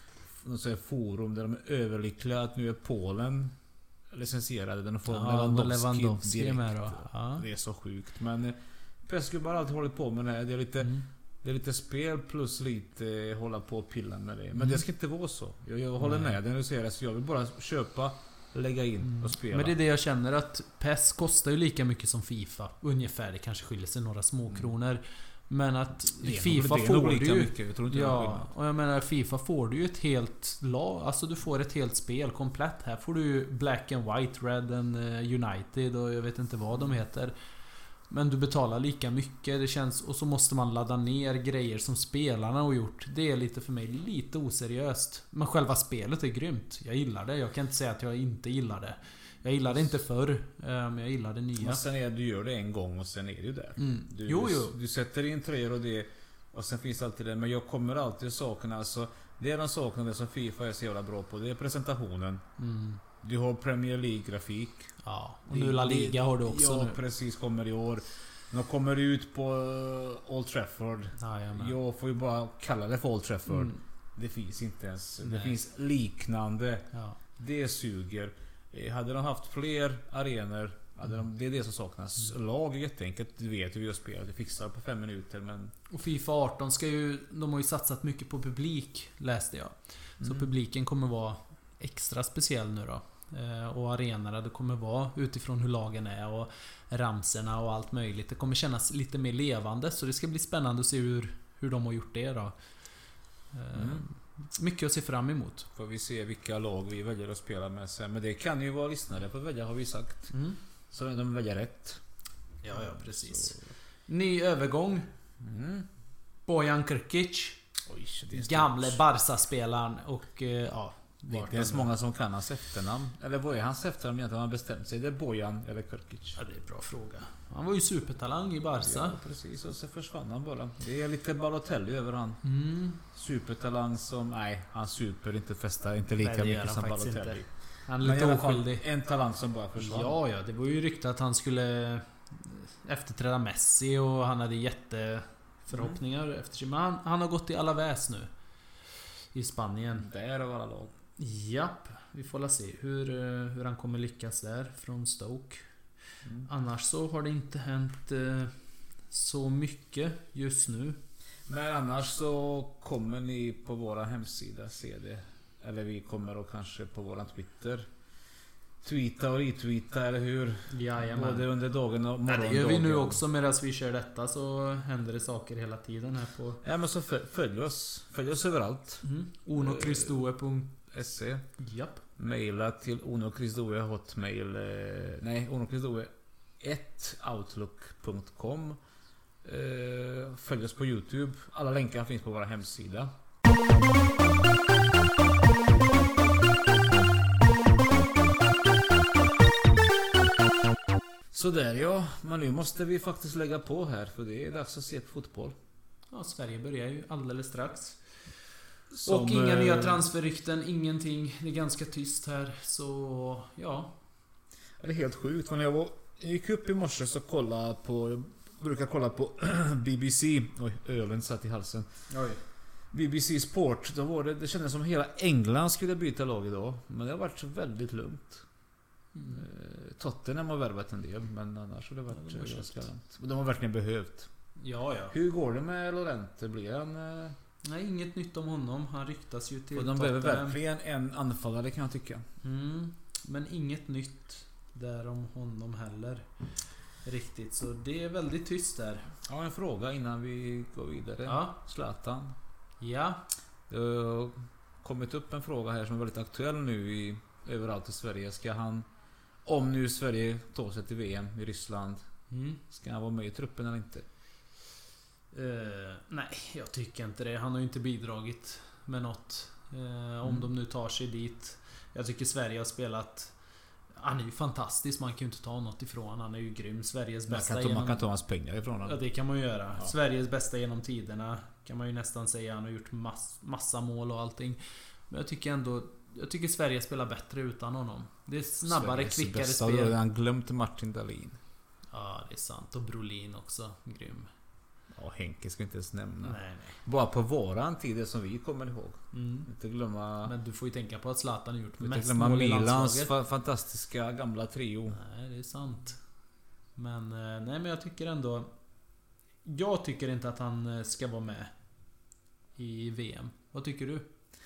forum där de är överlyckliga att nu är Polen licensierade. Den får Lewandowski direkt. Med då. Ja. Det är så sjukt. Men PES-gubbar har alltid hållit på med det här. Det är lite spel plus lite hålla på och pilla med det. Men det ska inte vara så. Jag håller med dig när du säger det. Så jag vill bara köpa, lägga in och spela. Men det är det jag känner, att PES kostar ju lika mycket som FIFA. Ungefär, det kanske skiljer sig några små kronor. Men att FIFA får du ju... Mycket. Jag tror inte och jag menar, FIFA får du ju ett helt lag. Alltså du får ett helt spel komplett. Här får du ju Black and White, Red and United och jag vet inte vad de heter. Men du betalar lika mycket. Det känns, och så måste man ladda ner grejer som spelarna har gjort. Det är lite för mig lite oseriöst. Men själva spelet är grymt. Jag gillar det. Jag kan inte säga att jag inte gillar det. Jag gillar det inte förr, men jag gillar det nya. Men sen är du gör det en gång och sen är det ju där. Du sätter in tröjor och det. Och sen finns alltid det. Men jag kommer alltid sakerna. Alltså, det är de sakerna som FIFA är så jävla bra på. Det är presentationen. Du har Premier League-grafik. Ja, och nu La Liga har du också. Ja, precis, kommer i år. De kommer ut på Old Trafford. Jag får ju bara kalla det för Old Trafford. Det finns inte ens. Det finns liknande. Det suger. Hade de haft fler arenor, det är det som saknas. Lag är jätteenkelt. Du vet hur vi har spelat. Du fixar på 5 minuter. Men... Och FIFA 18 de har ju satsat mycket på publik, läste jag. Så publiken kommer vara extra speciell nu då. Och arenorna, det kommer vara utifrån hur lagen är och ramserna och allt möjligt. Det kommer kännas lite mer levande. Så det ska bli spännande att se hur de har gjort det då. Mycket att se fram emot. Får vi se vilka lag vi väljer att spela med sen. Men det kan ju vara lyssnare på välja, har vi sagt. Så de väljer rätt. Ja, precis. Ny övergång. Bojan Krkic. Gamle Barca-spelaren. Och det är inte så många som kan hans efternamn. Eller vad är hans efternamn egentligen? Han bestämt sig. Det är Bojan eller Krkic. Ja, det är en bra fråga. Han var ju supertalang i Barca. Ja, precis. Och så försvann han bara. Det är lite Balotelli över han. Supertalang som... Nej, han super inte festar inte lika mycket som Balotelli. Inte. Han är lite oskyldig. En talang som bara försvann. Ja, det var ju rykte att han skulle efterträda Messi och han hade jätteförhoppningar efter sig. Men han har gått i alla väs nu. I Spanien. Där av alla lag. Japp, vi får la se hur han kommer lyckas där från Stoke. Annars så har det inte hänt så mycket just nu. Men annars så kommer ni på våra hemsida se det. Eller vi kommer och kanske på våran Twitter tweeta och retweeta, eller hur? Jajamän. Både under dagen och morgondagen. Det gör vi nu också medan vi kör detta, så händer det saker hela tiden här på... Ja, men så följ oss överallt. onokristoe.se. Japp. Maila till onokristoe hotmail. onokristoe 1outlook.com. Följ oss på YouTube. Alla länkar finns på vår hemsida. Så där ja, men nu måste vi faktiskt lägga på här för det är dags att se på fotboll. Ja, Sverige börjar ju alldeles strax. Som, och inga nya transferrykten, ingenting. Det är ganska tyst här, så ja. Det är helt sjukt. Men jag gick upp i morse så kollade på... Jag brukar kolla på BBC. Oj, ölen satt i halsen. Oj. BBC Sport. Då var det kändes som hela England skulle byta lag idag. Men det har varit så väldigt lugnt. Tottenham har värvat en del, men annars har det varit ganska lugnt. De har verkligen behövt. Ja. Hur går det med Lorente? Blir han... Nej, inget nytt om honom. Han ryktas ju till Och de behöver verkligen en anfallare kan jag tycka. Men inget nytt där om honom heller. Riktigt, så det är väldigt tyst där. Ja, en fråga innan vi går vidare. Ja. Zlatan. Ja. Det har kommit upp en fråga här som är väldigt aktuell nu överallt i Sverige. Ska han, om nu Sverige tar sig till VM i Ryssland, ska han vara med i truppen eller inte? Nej, jag tycker inte det. Han har ju inte bidragit med något. Om de nu tar sig dit. Jag tycker Sverige har spelat... Han är ju fantastisk, man kan ju inte ta något ifrån. Han är ju grym, Sveriges bästa Man kan ta hans pengar ifrån honom. Ja, det kan man ju göra. Ja. Sveriges bästa genom tiderna kan man ju nästan säga. Han har gjort massa mål och allting. Men jag tycker ändå... Jag tycker Sverige spelar bättre utan honom. Det är snabbare, Sveriges kvickare bästa, spel. då har han glömt Martin Dahlin. Ja, det är sant. Och Brolin också. Grym. Ja, Henke ska inte ens nämna. Nej. Bara på våran tid, det som vi kommer ihåg. Inte glömma... Men du får ju tänka på att Zlatan har gjort mest inte glömma mål i Milans landslaget. fantastiska gamla trio. Nej, det är sant. Men nej, men jag tycker ändå... Jag tycker inte att han ska vara med i VM. Vad tycker du?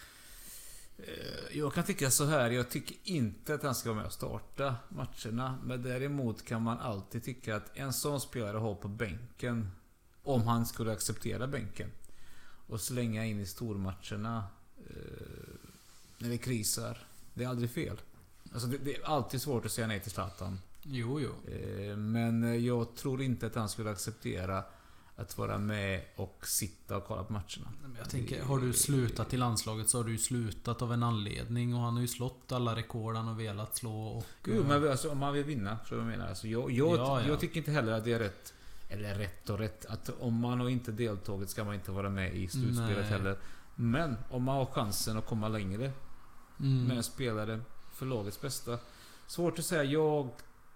Jag kan tycka så här. Jag tycker inte att han ska vara med och starta matcherna. Men däremot kan man alltid tycka att en sån spelare har på bänken, om han skulle acceptera bänken, och slänga in i stormatcherna när det krisar. Det är aldrig fel. Alltså det är alltid svårt att säga nej till Zlatan. Jo. Men jag tror inte att han skulle acceptera att vara med och sitta och kolla på matcherna. Jag tänker, har du slutat i landslaget så har du ju slutat av en anledning. Och han har ju slått alla rekord han har velat slå. Och, jo, men alltså, om man vill vinna, så jag menar. Alltså, jag tycker inte heller att det är rätt. Eller rätt. Att om man har inte deltagit ska man inte vara med i slutspelet heller. Men om man har chansen att komma längre med en spelare för lagets bästa. Svårt att säga.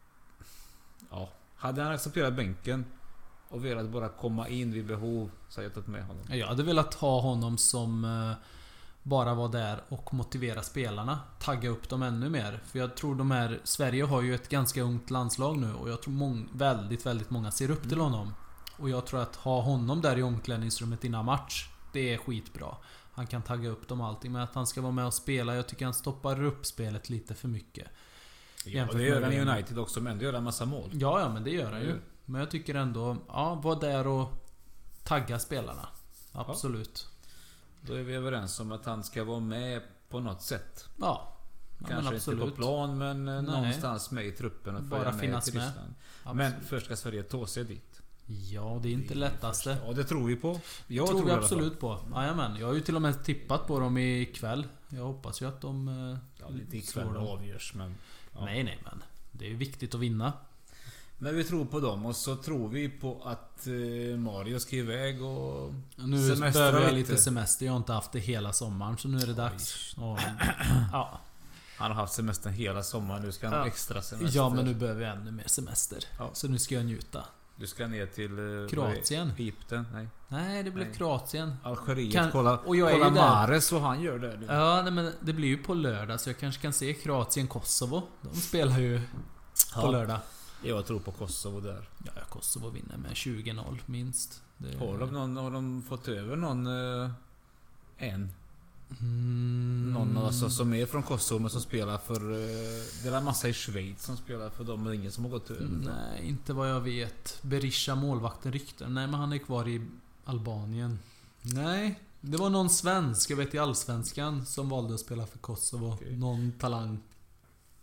Hade han accepterat bänken och velat bara komma in vid behov, så hade jag tagit med honom. Jag hade velat ha honom som bara var där och motivera spelarna. Tagga upp dem ännu mer. För jag tror Sverige har ju ett ganska ungt landslag nu. Och jag tror väldigt många ser upp till honom. Och jag tror att ha honom där i omklädningsrummet innan match, det är skitbra. Han kan tagga upp dem allting. Men att han ska vara med och spela, jag tycker han stoppar upp spelet lite för mycket. Ja, det gör han i United också, men det gör han massa mål. Ja, men det gör han ju. Men jag tycker ändå, var där och tagga spelarna. Absolut. Då är vi överens om att han ska vara med på något sätt. Ja. Kanske inte på plan, men någonstans med i truppen och bara finnas med. Men först ska Sverige ta sig dit. Ja, det är inte lättaste. Ja, det tror vi på. Jag tror vi absolut på. Jajamän. Jag har ju till och med tippat på dem ikväll. Jag hoppas ju att de... Ja, det ikväll avgörs, men... Ja. Nej, men det är ju viktigt att vinna. Men vi tror på dem, och så tror vi på att Mario ska iväg och nu behöver jag lite semester. Jag har inte haft det hela sommaren, så nu är det dags. Ja. Han har haft semester hela sommaren. Nu ska han extra semester. Ja, men nu behöver jag ännu mer semester. Så nu ska jag njuta. Du ska ner till Kroatien. Egypten? Nej, det blev Kroatien. Algeriet. Kolla Mares och han gör det. Ja, nej, men det blir ju på lördag, så jag kanske kan se Kroatien-Kosovo. De spelar ju på lördag. Jag tror på Kosovo där. Ja, Kosovo vinner med 20-0 minst. Har de fått över någon någon alltså, som är från Kosovo men som spelar för... Det är en massa i Schweiz som spelar för dem, men ingen som har gått över. Nej, inte vad jag vet. Berisha, målvakten, rykten. Nej, men han är kvar i Albanien. Nej, det var någon svensk, jag vet, i Allsvenskan som valde att spela för Kosovo. Okay. Någon talang.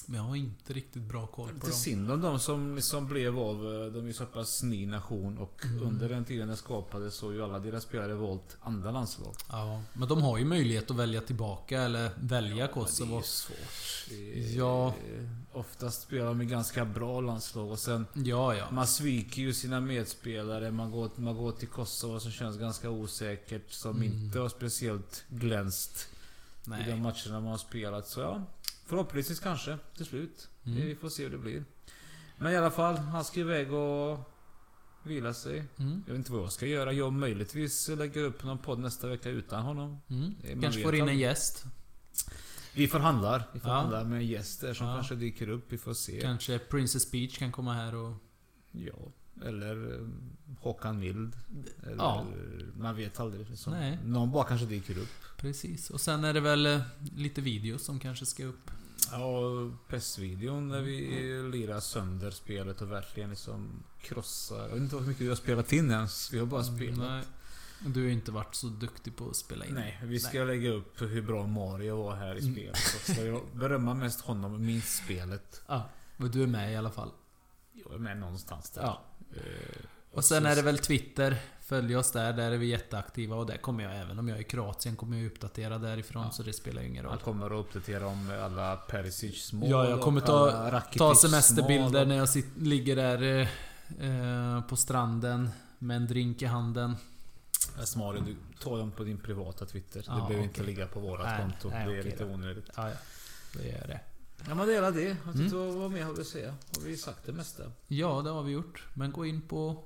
Men jag har inte riktigt bra koll på Lite dem. synd om de som blev av. De är ju så pass ny nation och under den tiden det skapades så ju alla deras spelare valt andra landslag. Ja, men de har ju möjlighet att välja tillbaka eller välja Det Kosovo. är svårt. Ja. Oftast spelar de med ganska bra landslag och sen Ja. man sviker ju sina medspelare. Man går till Kosovo som känns ganska osäkert. Som inte har speciellt glänst i de Nej. matcherna man har spelat. Så ja, förhoppningsvis kanske till slut. Vi får se hur det blir. Men i alla fall, han ska iväg och vila sig. Jag vet inte vad jag ska göra. Jag möjligtvis lägger upp någon podd nästa vecka utan honom. Man Kanske vet får in en aldrig. gäst. Vi förhandlar. Vi Ja. förhandlar med en gäst där som Ja. kanske dyker upp. Vi får se. Kanske Princess Peach kan komma här och... Ja. Eller Håkan Mild. Eller, Ja. Man vet aldrig. Liksom. Nej. Någon bara kanske dyker upp. Precis. Och sen är det väl lite videos som kanske ska upp. Ja, PES-videon när vi lirar sönder spelet och verkligen liksom krossar. Jag vet inte hur mycket vi har spelat in ens. Vi har bara spelat. Nej. Du har inte varit så duktig på att spela in. Nej, vi ska lägga upp hur bra Mario var här i spelet. Så ska jag berömma mest honom, minst spelet. Ja, men du är med i alla fall. Jag är med någonstans där. Ja. Eh, Och sen är det väl Twitter. Följ oss där är vi jätteaktiva. Och där kommer jag, även om jag är i Kroatien, kommer jag uppdatera därifrån. Ja. Så det spelar ju ingen roll. Han kommer att uppdatera om alla Perisic mål. Ja, jag kommer och alla ta Rakitic semesterbilder mål. när jag ligger där på stranden med en drink i handen. Mario, du tar dem på din privata Twitter. Ja, det behöver okej. inte ligga på vårat Nej, konto. nej, Det är okej lite då. onödigt. Ja, det gör det. Ja, men det är det. Jag tyckte vad mer har vi att säga? Har vi sagt det mesta? Ja, det har vi gjort. Men gå in på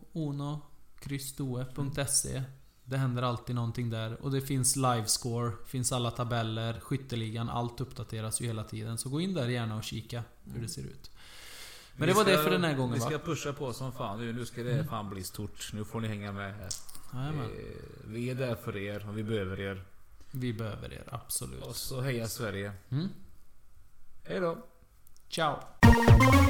onokrystoe.se. Det händer alltid någonting där. Och det finns livescore, finns alla tabeller, skytteligan, allt uppdateras ju hela tiden. Så gå in där gärna och kika hur det ser ut. Men det var det för den här gången, Vi ska va? pusha på som fan nu. Nu ska det fan bli stort. Nu får ni hänga med här. Jajamän. Vi är där för er och vi behöver er. Vi behöver er, absolut. Och så heja Sverige. Mm. Hej då. Ciao!